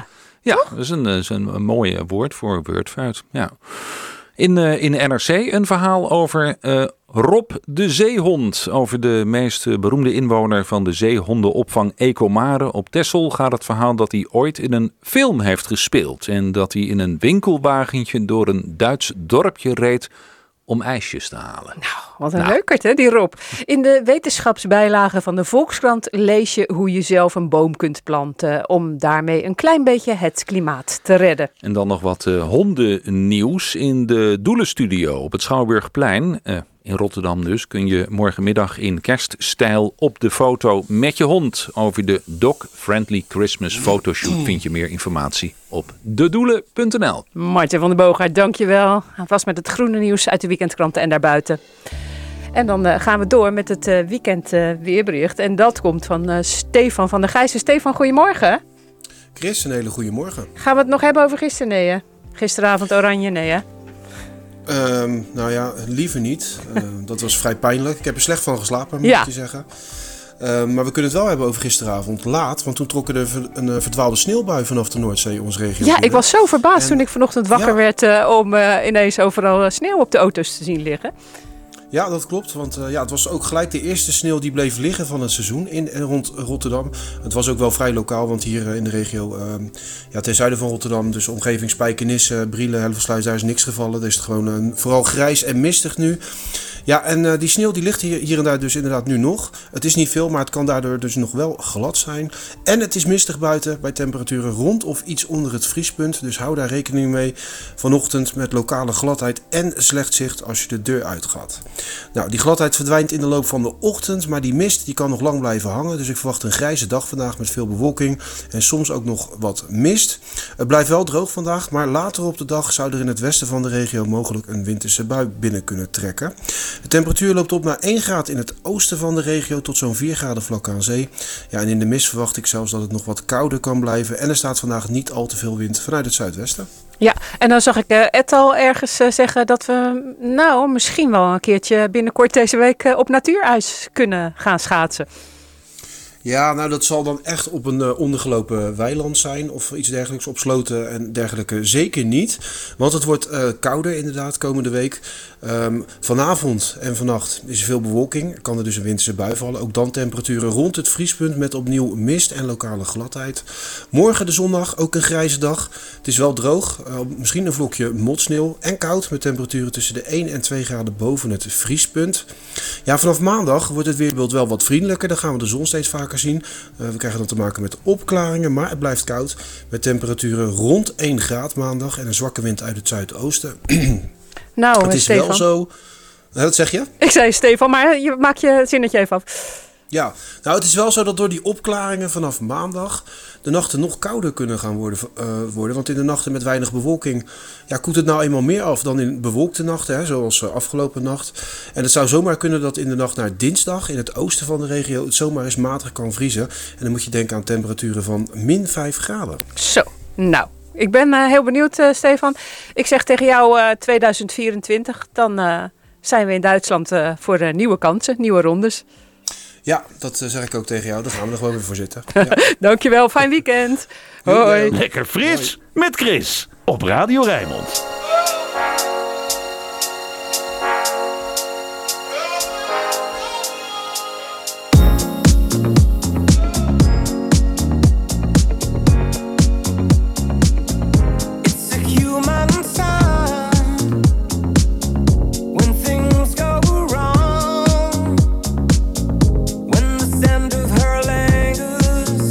L: Ja, dat is een, dat is een, een mooi woord voor wordfeud. Ja. In, uh, in N R C een verhaal over uh, Rob de zeehond. Over de meest beroemde inwoner van de zeehondenopvang Ecomare op Texel gaat het verhaal dat hij ooit in een film heeft gespeeld. En dat hij in een winkelwagentje door een Duits dorpje reed om ijsjes te halen.
B: Nou, wat een
L: nou.
B: leukert hè, die Rob. In de wetenschapsbijlage van de Volkskrant lees je hoe je zelf een boom kunt planten om daarmee een klein beetje het klimaat te redden.
L: En dan nog wat uh, hondennieuws in de Doelenstudio op het Schouwburgplein. Uh, in Rotterdam dus kun je morgenmiddag in kerststijl op de foto met je hond. Over de Dog Friendly Christmas Photoshoot vind je meer informatie op dedoelen punt n l.
B: Martin van den Boogaard, dankjewel. Vast met het groene nieuws uit de weekendkranten en daarbuiten. En dan uh, gaan we door met het uh, weekend uh, weerbericht. En dat komt van uh, Stefan van der Gijzen. Stefan, goedemorgen.
M: Chris, een hele goede morgen.
B: Gaan we het nog hebben over gisteren? Nee, hè? Gisteravond oranje, nee hè?
M: Um, nou ja, liever niet. Uh, dat was vrij pijnlijk. Ik heb er slecht van geslapen, moet
B: ja.
M: ik je zeggen. Uh, maar we kunnen het wel hebben over gisteravond laat. Want toen trok er een, een, een verdwaalde sneeuwbui vanaf de Noordzee onze regio.
B: Ja,
M: binnen.
B: ik was zo verbaasd en, toen ik vanochtend wakker
M: ja.
B: werd uh, om uh, ineens overal sneeuw op de auto's te zien liggen.
M: Ja, dat klopt. Want uh, ja, het was ook gelijk de eerste sneeuw die bleef liggen van het seizoen in en rond Rotterdam. Het was ook wel vrij lokaal, want hier uh, in de regio, uh, ja, ten zuiden van Rotterdam, dus omgeving Spijkenisse, Brielen, Hellevoetsluis, daar is niks gevallen. Dus het gewoon uh, vooral grijs en mistig nu. Ja, en uh, die sneeuw die ligt hier, hier en daar dus inderdaad nu nog. Het is niet veel, maar het kan daardoor dus nog wel glad zijn. En het is mistig buiten bij temperaturen rond of iets onder het vriespunt. Dus hou daar rekening mee vanochtend met lokale gladheid en slecht zicht als je de deur uitgaat. Nou, die gladheid verdwijnt in de loop van de ochtend, maar die mist die kan nog lang blijven hangen. Dus ik verwacht een grijze dag vandaag met veel bewolking en soms ook nog wat mist. Het blijft wel droog vandaag, maar later op de dag zou er in het westen van de regio mogelijk een winterse bui binnen kunnen trekken. De temperatuur loopt op naar één graad in het oosten van de regio tot zo'n vier graden vlak aan zee. Ja, en in de mist verwacht ik zelfs dat het nog wat kouder kan blijven. En er staat vandaag niet al te veel wind vanuit het zuidwesten.
B: Ja, en dan zag ik uh, Ed al ergens uh, zeggen dat we nou misschien wel een keertje binnenkort deze week uh, op natuurijs kunnen gaan schaatsen.
M: Ja, nou dat zal dan echt op een uh, ondergelopen weiland zijn of iets dergelijks, op sloten en dergelijke zeker niet. Want het wordt uh, kouder inderdaad komende week. Um, vanavond en vannacht is er veel bewolking, kan er dus een winterse bui vallen. Ook dan temperaturen rond het vriespunt met opnieuw mist en lokale gladheid. Morgen de zondag, ook een grijze dag. Het is wel droog, uh, misschien een vlokje motsneeuw en koud met temperaturen tussen de één en twee graden boven het vriespunt. Ja, vanaf maandag wordt het weerbeeld wel wat vriendelijker, dan gaan we de zon steeds vaker zien. Uh, we krijgen dan te maken met opklaringen, maar het blijft koud met temperaturen rond één graad maandag en een zwakke wind uit het zuidoosten.
B: Nou,
M: het is
B: Stefan.
M: wel zo. Wat zeg je?
B: Ik zei Stefan, maar je maak je zinnetje even af.
M: Ja, nou het is wel zo dat door die opklaringen vanaf maandag de nachten nog kouder kunnen gaan worden, uh, worden. Want in de nachten met weinig bewolking ja, koelt het nou eenmaal meer af dan in bewolkte nachten, hè, zoals uh, afgelopen nacht. En het zou zomaar kunnen dat in de nacht naar dinsdag in het oosten van de regio het zomaar eens matig kan vriezen. En dan moet je denken aan temperaturen van min vijf graden.
B: Zo, nou. Ik ben uh, heel benieuwd, uh, Stefan. Ik zeg tegen jou uh, tweeduizend vierentwintig, dan uh, zijn we in Duitsland uh, voor uh, nieuwe kansen, nieuwe rondes.
M: Ja, dat uh, zeg ik ook tegen jou. Daar gaan we er gewoon weer voor zitten. Ja.
B: Dankjewel, fijn weekend. Hoi.
A: Lekker fris met Chris op Radio Rijnmond.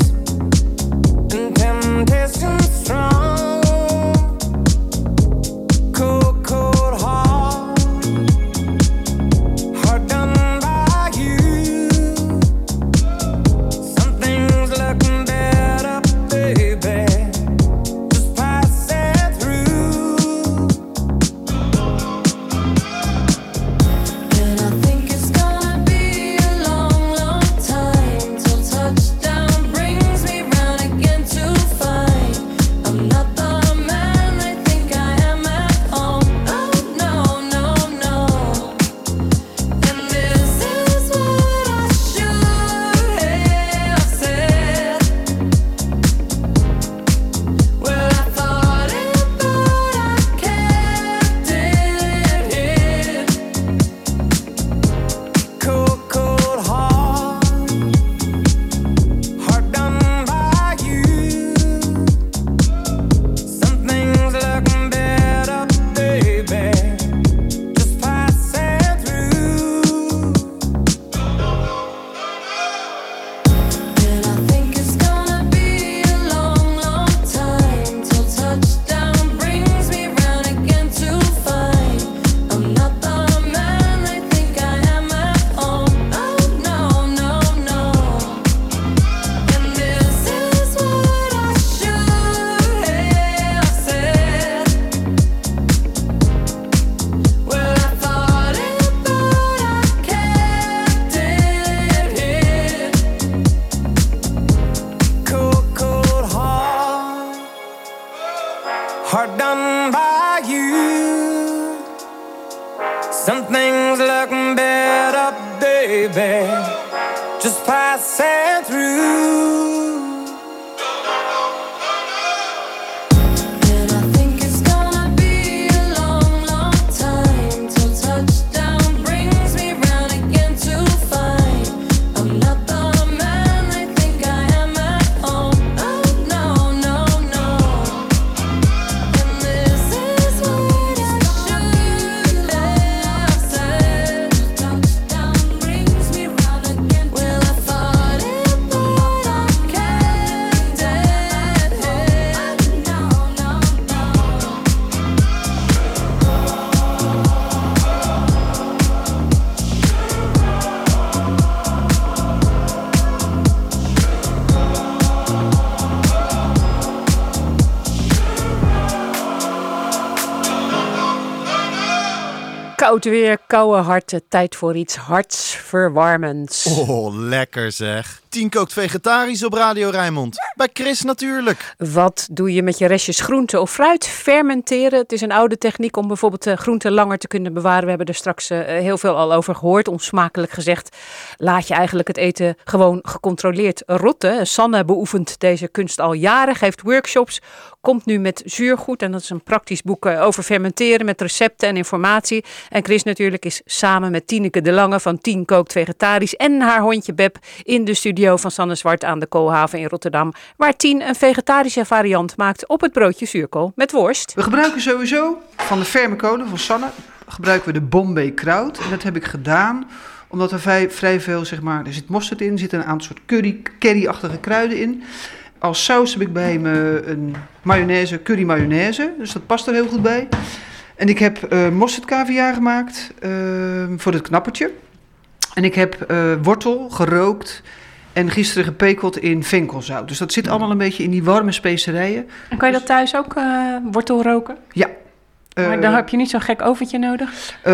C: Strong Some things look better, baby, just passing through.
B: Koud weer, koude harten, tijd voor iets hartsverwarmends.
I: Oh, lekker zeg. Tien kookt vegetarisch op Radio Rijnmond. Bij Chris natuurlijk.
B: Wat doe je met je restjes groente of fruit? Fermenteren. Het is een oude techniek om bijvoorbeeld uh, groenten langer te kunnen bewaren. We hebben er straks uh, heel veel al over gehoord. Onsmakelijk gezegd, laat je eigenlijk het eten gewoon gecontroleerd rotten. Sanne beoefent deze kunst al jaren, geeft workshops. Komt nu met Zuurgoed en dat is een praktisch boek uh, over fermenteren met recepten en informatie. En Chris natuurlijk is samen met Tineke de Lange van Tien Kookt Vegetarisch en haar hondje Beb in de studio van Sanne Zwart aan de Koolhaven in Rotterdam, waar Tien een vegetarische variant maakt op het broodje zuurkool met worst.
J: We gebruiken sowieso van de ferme kolen van Sanne gebruiken we de Bombay kraut. En dat heb ik gedaan omdat er vrij, vrij veel, zeg maar, er zit mosterd in, er zitten een aantal soort curry, curry-achtige kruiden in. Als saus heb ik bij me een mayonaise, curry mayonaise, dus dat past er heel goed bij. En ik heb uh, mosterdkaviaar gemaakt uh, voor het knappertje. En ik heb uh, wortel gerookt en gisteren gepekeld in venkelzout. Dus dat zit allemaal een beetje in die warme specerijen.
B: En kan je dat thuis ook uh, wortel roken?
J: Ja.
B: Maar dan heb je niet zo'n gek oventje nodig?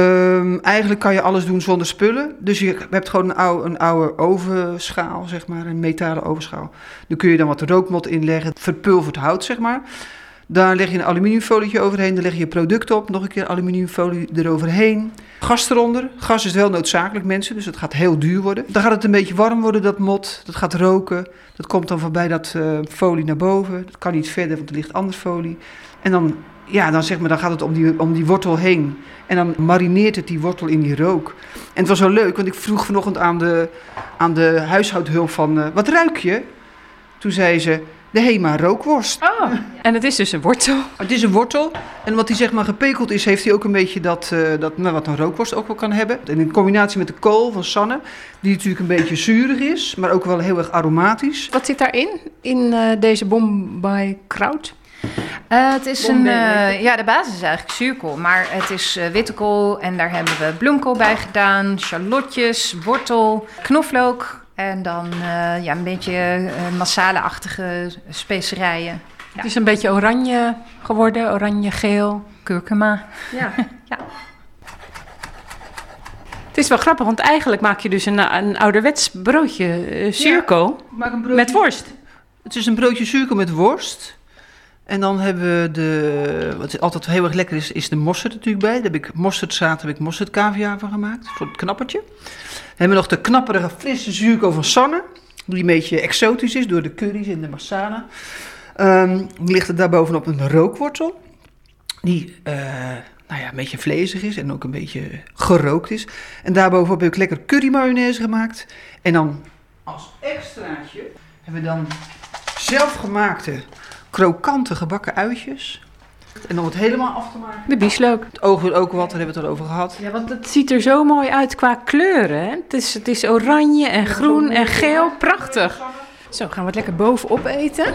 J: Um, eigenlijk kan je alles doen zonder spullen. Dus je hebt gewoon een oude, een oude ovenschaal, zeg maar, een metalen ovenschaal. Daar kun je dan wat rookmot in leggen, verpulverd hout, zeg maar. Daar leg je een aluminiumfolietje overheen, daar leg je je product op, nog een keer aluminiumfolie eroverheen. Gas eronder. Gas is wel noodzakelijk, mensen, dus het gaat heel duur worden. Dan gaat het een beetje warm worden, dat mot. Dat gaat roken. Dat komt dan voorbij dat uh, folie naar boven. Dat kan niet verder, want er ligt anders folie. En dan, ja, dan, zeg maar, dan gaat het om die, om die wortel heen. En dan marineert het die wortel in die rook. En het was wel leuk, want ik vroeg vanochtend aan de, aan de huishoudhulp van, uh, wat ruik je? Toen zei ze, de Hema rookworst.
B: Oh, en het is dus een wortel.
J: Het is een wortel. En wat hij zeg maar gepekeld is, heeft hij ook een beetje dat, uh, dat nou, wat een rookworst ook wel kan hebben. En in combinatie met de kool van Sanne, die natuurlijk een beetje zuurig is, maar ook wel heel erg aromatisch.
B: Wat zit daarin, in uh, deze Bombay kraut?
K: Uh, het is een, uh, ja, de basis is eigenlijk zuurkool, maar het is uh, witte kool en daar hebben we bloemkool bij gedaan, shallotjes, wortel, knoflook. En dan uh, ja, een beetje uh, masala-achtige specerijen. Ja.
B: Het is een beetje oranje geworden, oranje-geel.
K: Kurkuma.
B: Ja. Ja. Het is wel grappig, want eigenlijk maak je dus een, een ouderwets broodje uh, zuurkool
J: ja, maak een broodje,
B: met worst.
J: Het is een broodje zuurkool met worst. En dan hebben we de, wat altijd heel erg lekker is, is de mosterd natuurlijk bij. Daar heb ik mosterdzaad, heb ik mosterdkaviaar van gemaakt, voor het knappertje. Dan hebben we nog de knapperige, frisse zuurkool van Sanne, die een beetje exotisch is door de curry's en de masala. Um, die ligt er daarbovenop een rookwortel, die uh, nou ja, een beetje vlezig is en ook een beetje gerookt is. En daarbovenop heb ik lekker curry mayonaise gemaakt. En dan als extraatje hebben we dan zelfgemaakte krokante gebakken uitjes. En om het helemaal af te maken.
B: De bieslook.
J: Het oog wil ook wat, daar hebben we het al over gehad.
B: Ja, want het ziet er zo mooi uit qua kleuren. Hè? Het, is, het is oranje en groen en geel. Prachtig. Zo, gaan we het lekker bovenop eten.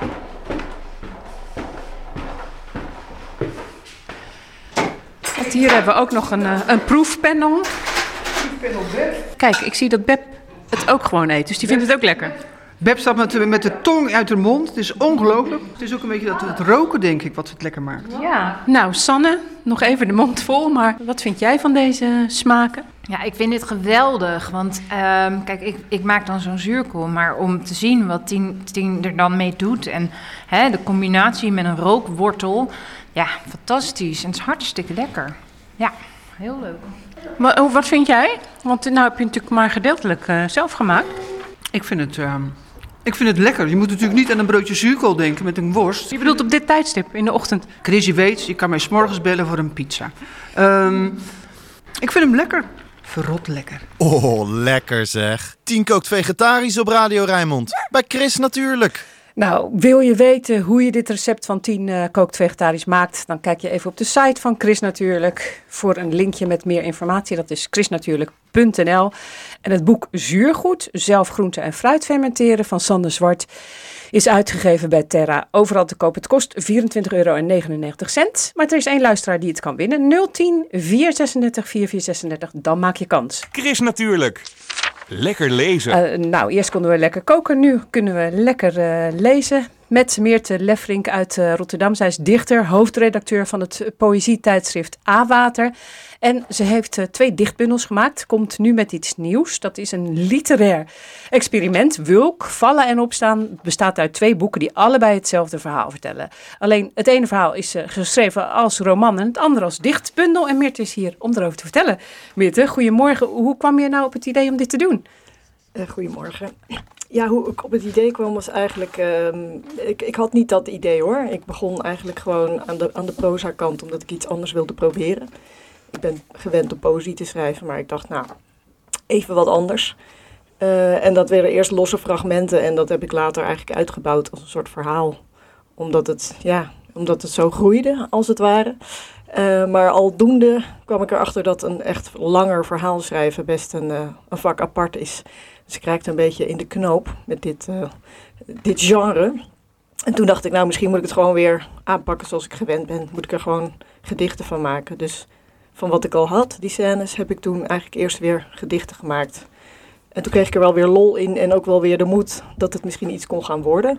B: Want hier hebben we ook nog een, een proefpanel.
J: Proefpanel Beb.
B: Kijk, ik zie dat Beb het ook gewoon eet. Dus die vindt het ook lekker.
J: Beb staat met, met de tong uit haar mond. Het is ongelooflijk. Het is ook een beetje dat, het roken, denk ik, wat het lekker maakt.
B: Ja. Nou, Sanne, nog even de mond vol. Maar wat vind jij van deze smaken?
K: Ja, ik vind dit geweldig. Want um, kijk, ik, ik maak dan zo'n zuurkool. Maar om te zien wat Tien, Tien er dan mee doet. En hè, de combinatie met een rookwortel. Ja, fantastisch. En het is hartstikke lekker. Ja, heel leuk.
N: Maar oh, wat vind jij? Want nou heb je natuurlijk maar gedeeltelijk uh, zelf gemaakt.
J: Ik vind het... Uh... Ik vind het lekker. Je moet natuurlijk niet aan een broodje zuurkool denken met een worst.
N: Je bedoelt op dit tijdstip, in de ochtend?
J: Chris, je weet, je kan mij 's morgens bellen voor een pizza. Um, ik vind hem lekker. Verrot lekker.
I: Oh, lekker zeg. Tien kookt vegetarisch op Radio Rijnmond. Bij Chris natuurlijk.
B: Nou, wil je weten hoe je dit recept van tien uh, kookt vegetarisch maakt? Dan kijk je even op de site van Chris Natuurlijk voor een linkje met meer informatie. Dat is chris natuurlijk punt n l. En het boek Zuurgoed, zelf groente en fruit fermenteren van Sander Zwart is uitgegeven bij Terra. Overal te koop. Het kost vierentwintig euro en negenennegentig cent. Maar er is één luisteraar die het kan winnen. nul tien, vier zesendertig, vier vier zesendertig. Dan maak je kans.
D: Chris Natuurlijk. Lekker lezen.
B: Uh, nou, eerst konden we lekker koken. Nu kunnen we lekker uh, lezen. Met Meerte Lefrink uit uh, Rotterdam. Zij is dichter, hoofdredacteur van het poëzietijdschrift A-Water. En ze heeft uh, twee dichtbundels gemaakt. Komt nu met iets nieuws. Dat is een literair experiment. Wulk, vallen en opstaan. Het bestaat uit twee boeken die allebei hetzelfde verhaal vertellen. Alleen het ene verhaal is uh, geschreven als roman en het andere als dichtbundel. En Meerte is hier om erover te vertellen. Meerte, goedemorgen. Hoe kwam je nou op het idee om dit te doen?
O: Uh, goedemorgen. Ja, hoe ik op het idee kwam was eigenlijk... Uh, ik, ik had niet dat idee hoor. Ik begon eigenlijk gewoon aan de, aan de proza kant omdat ik iets anders wilde proberen. Ik ben gewend om poëzie te schrijven, maar ik dacht nou, even wat anders. Uh, en dat werden eerst losse fragmenten en dat heb ik later eigenlijk uitgebouwd als een soort verhaal. Omdat het, ja, omdat het zo groeide, als het ware. Uh, maar aldoende kwam ik erachter dat een echt langer verhaal schrijven best een, uh, een vak apart is. Dus ik raakte een beetje in de knoop met dit, uh, dit genre. En toen dacht ik, nou misschien moet ik het gewoon weer aanpakken zoals ik gewend ben. Moet ik er gewoon gedichten van maken. Dus van wat ik al had, die scènes, heb ik toen eigenlijk eerst weer gedichten gemaakt. En toen kreeg ik er wel weer lol in en ook wel weer de moed dat het misschien iets kon gaan worden.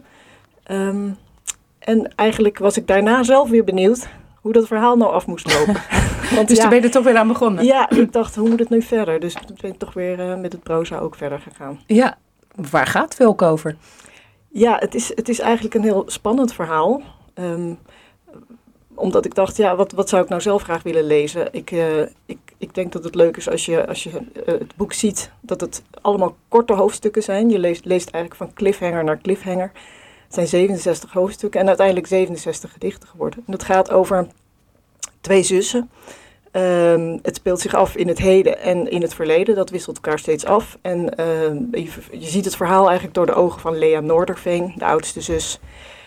O: Um, en eigenlijk was ik daarna zelf weer benieuwd hoe dat verhaal nou af moest lopen.
B: Want dus ja, toen ben je er toch weer aan begonnen?
O: Ja, ik dacht, hoe moet het nu verder? Dus toen ben ik toch weer uh, met het proza ook verder gegaan.
B: Ja, waar gaat Wulk over?
O: Ja, het is, het is eigenlijk een heel spannend verhaal. Um, omdat ik dacht, ja, wat, wat zou ik nou zelf graag willen lezen? Ik, uh, ik, ik denk dat het leuk is als je, als je uh, het boek ziet, dat het allemaal korte hoofdstukken zijn. Je leest, leest eigenlijk van cliffhanger naar cliffhanger. Het zijn zevenenzestig hoofdstukken en uiteindelijk zevenenzestig gedichten geworden. En het gaat over twee zussen. Um, het speelt zich af in het heden en in het verleden. Dat wisselt elkaar steeds af. En uh, je, je ziet het verhaal eigenlijk door de ogen van Lea Noorderveen, de oudste zus.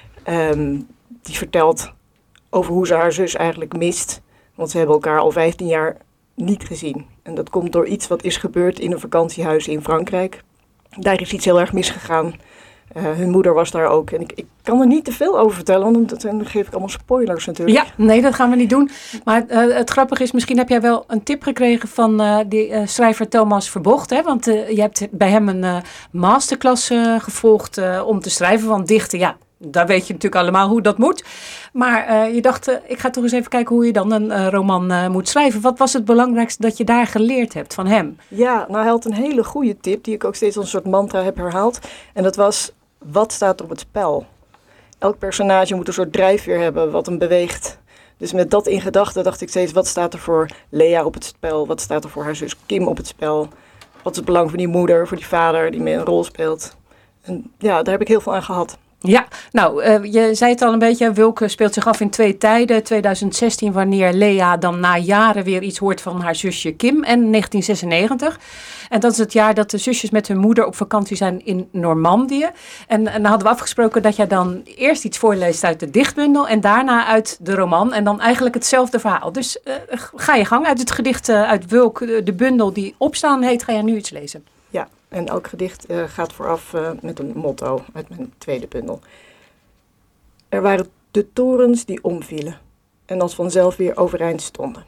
O: Um, die vertelt over hoe ze haar zus eigenlijk mist. Want ze hebben elkaar al vijftien jaar niet gezien. En dat komt door iets wat is gebeurd in een vakantiehuis in Frankrijk. Daar is iets heel erg misgegaan. Uh, hun moeder was daar ook. En ik, ik kan er niet te veel over vertellen, want dan geef ik allemaal spoilers natuurlijk.
B: Ja, nee, dat gaan we niet doen. Maar uh, het grappige is, misschien heb jij wel een tip gekregen van uh, die uh, schrijver Thomas Verbocht. Hè? Want uh, je hebt bij hem een uh, masterclass uh, gevolgd uh, om te schrijven. Want dichten, ja, daar weet je natuurlijk allemaal hoe dat moet. Maar uh, je dacht, uh, ik ga toch eens even kijken hoe je dan een uh, roman uh, moet schrijven. Wat was het belangrijkste dat je daar geleerd hebt van hem?
O: Ja, nou hij had een hele goede tip die ik ook steeds als een soort mantra heb herhaald. En dat was, wat staat er op het spel? Elk personage moet een soort drijfveer hebben wat hem beweegt. Dus met dat in gedachten dacht ik steeds, wat staat er voor Lea op het spel? Wat staat er voor haar zus Kim op het spel? Wat is het belang van die moeder, voor die vader die mee een rol speelt? En ja, daar heb ik heel veel aan gehad.
B: Ja, nou, uh, je zei het al een beetje, Wulk speelt zich af in twee tijden. twintig zestien, wanneer Lea dan na jaren weer iets hoort van haar zusje Kim. En negentien zesennegentig. En dat is het jaar dat de zusjes met hun moeder op vakantie zijn in Normandië. En, en dan hadden we afgesproken dat jij dan eerst iets voorleest uit de dichtbundel en daarna uit de roman. En dan eigenlijk hetzelfde verhaal. Dus uh, ga je gang uit het gedicht uh, uit Wulk, de, de bundel die Opstaan heet, ga jij nu iets lezen.
O: Ja, en elk gedicht uh, gaat vooraf uh, met een motto uit mijn tweede bundel. Er waren de torens die omvielen en als vanzelf weer overeind stonden.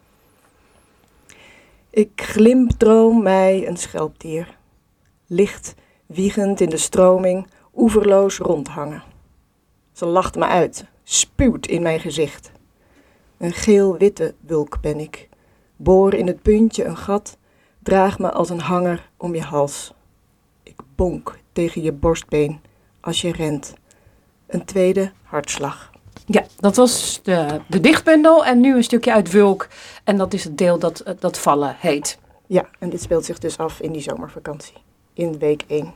O: Ik glimpdroom mij een schelpdier, licht wiegend in de stroming, oeverloos rondhangen. Ze lacht me uit, spuwt in mijn gezicht. Een geel-witte wulk ben ik, boor in het puntje een gat, draag me als een hanger om je hals. Ik bonk tegen je borstbeen als je rent. Een tweede hartslag.
N: Ja, dat was de, de dichtbundel en nu een stukje uit Wulk. En dat is het deel dat, dat Vallen heet.
O: Ja, en dit speelt zich dus af in die zomervakantie, in week één.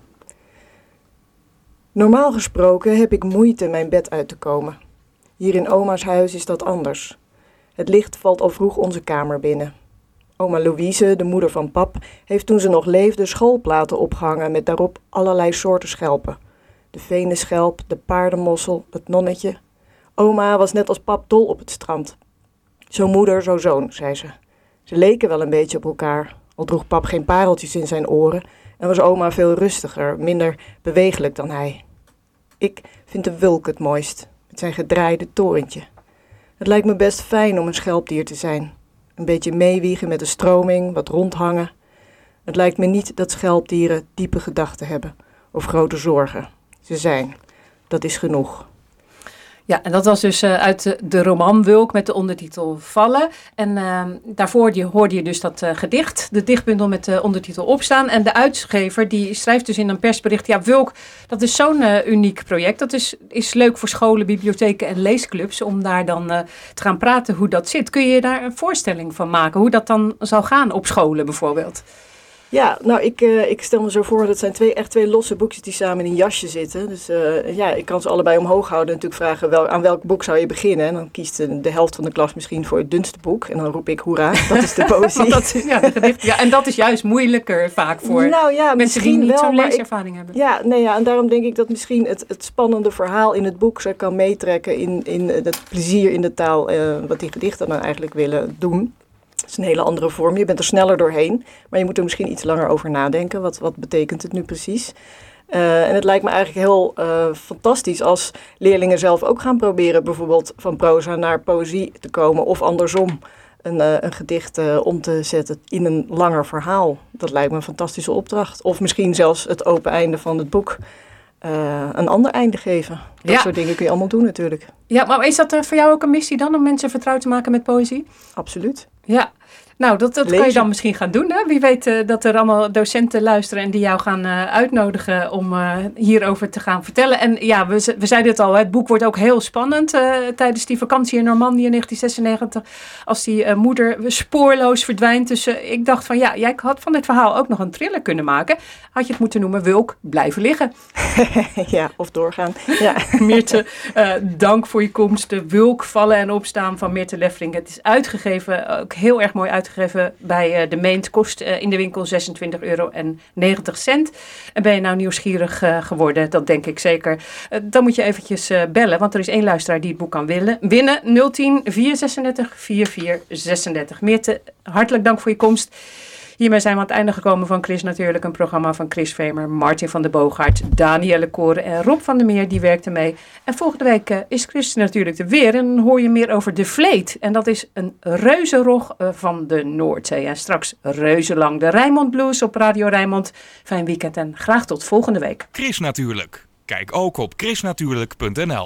O: Normaal gesproken heb ik moeite mijn bed uit te komen. Hier in oma's huis is dat anders. Het licht valt al vroeg onze kamer binnen. Oma Louise, de moeder van pap, heeft toen ze nog leefde schoolplaten opgehangen met daarop allerlei soorten schelpen. De venenschelp, de paardenmossel, het nonnetje. Oma was net als pap dol op het strand. Zo moeder, zo zoon, zei ze. Ze leken wel een beetje op elkaar, al droeg pap geen pareltjes in zijn oren en was oma veel rustiger, minder bewegelijk dan hij. Ik vind de Wulk het mooist, met zijn gedraaide torentje. Het lijkt me best fijn om een schelpdier te zijn. Een beetje meewiegen met de stroming, wat rondhangen. Het lijkt me niet dat schelpdieren diepe gedachten hebben of grote zorgen. Ze zijn. Dat is genoeg.
N: Ja, en dat was dus uh, uit de, de roman Wulk met de ondertitel Vallen. En uh, daarvoor die, hoorde je dus dat uh, gedicht, de dichtbundel met de ondertitel Opstaan. En de uitgever die schrijft dus in een persbericht, ja, Wulk, dat is zo'n uh, uniek project. Dat is, is leuk voor scholen, bibliotheken en leesclubs om daar dan uh, te gaan praten hoe dat zit. Kun je je daar een voorstelling van maken, hoe dat dan zou gaan op scholen bijvoorbeeld?
O: Ja, nou, ik, uh, ik stel me zo voor, dat zijn twee, echt twee losse boekjes die samen in een jasje zitten. Dus uh, ja, ik kan ze allebei omhoog houden en natuurlijk vragen wel, aan welk boek zou je beginnen. En dan kiest de, de helft van de klas misschien voor het dunste boek. En dan roep ik hoera, dat is de poëzie.
N: dat is, ja, de gedicht, ja, en dat is juist moeilijker vaak voor
O: nou, ja,
N: mensen die niet
O: wel,
N: zo'n
O: maar
N: leeservaring
O: ik,
N: hebben.
O: Ja, nee, ja, en daarom denk ik dat misschien het, het spannende verhaal in het boek ze kan meetrekken in, in het plezier in de taal, uh, wat die gedichten dan eigenlijk willen doen. Het is een hele andere vorm. Je bent er sneller doorheen, maar je moet er misschien iets langer over nadenken. Wat, wat betekent het nu precies? Uh, en het lijkt me eigenlijk heel uh, fantastisch als leerlingen zelf ook gaan proberen bijvoorbeeld van proza naar poëzie te komen of andersom een, uh, een gedicht uh, om te zetten in een langer verhaal. Dat lijkt me een fantastische opdracht. Of misschien zelfs het open einde van het boek uh, een ander einde geven. Dat
N: Ja.
O: soort dingen kun je allemaal doen natuurlijk.
N: Ja, maar is dat uh, voor jou ook een missie dan, om mensen vertrouwd te maken met poëzie?
O: Absoluut.
N: Ja, nou dat, dat kan je dan misschien gaan doen. Hè? Wie weet uh, dat er allemaal docenten luisteren en die jou gaan uh, uitnodigen om uh, hierover te gaan vertellen. En ja, we, we zeiden het al, hè, het boek wordt ook heel spannend uh, tijdens die vakantie in Normandië in negentien zesennegentig. Als die uh, moeder spoorloos verdwijnt. Dus uh, ik dacht van ja, jij had van dit verhaal ook nog een thriller kunnen maken. Had je het moeten noemen Wulk, blijven liggen.
O: Ja, of doorgaan. Ja.
N: Meerte, uh, dank voor je komst. De Wulk, Vallen en Opstaan van Meerte Leffering. Het is uitgegeven, ook heel erg mooi uitgegeven bij uh, de Meent. Kost uh, in de winkel zesentwintig euro en negentig cent. En ben je nou nieuwsgierig uh, geworden? Dat denk ik zeker. Uh, dan moet je eventjes uh, bellen, want er is één luisteraar die het boek kan willen. winnen. nul tien, vier zesendertig, vierentveertig zesendertig. Meerte, hartelijk dank voor je komst. Hiermee zijn we aan het einde gekomen van Chris Natuurlijk, een programma van Chris Vemer, Martin van der Boogaard, Danielle Koren en Rob van der Meer, die werkten mee. En volgende week uh, is Chris Natuurlijk er weer en dan hoor je meer over de vleet. En dat is een reuzenrog uh, van de Noordzee. En straks reuzenlang de Rijnmond Blues op Radio Rijnmond. Fijn weekend en graag tot volgende week.
D: Chris Natuurlijk. Kijk ook op chris natuurlijk punt n l.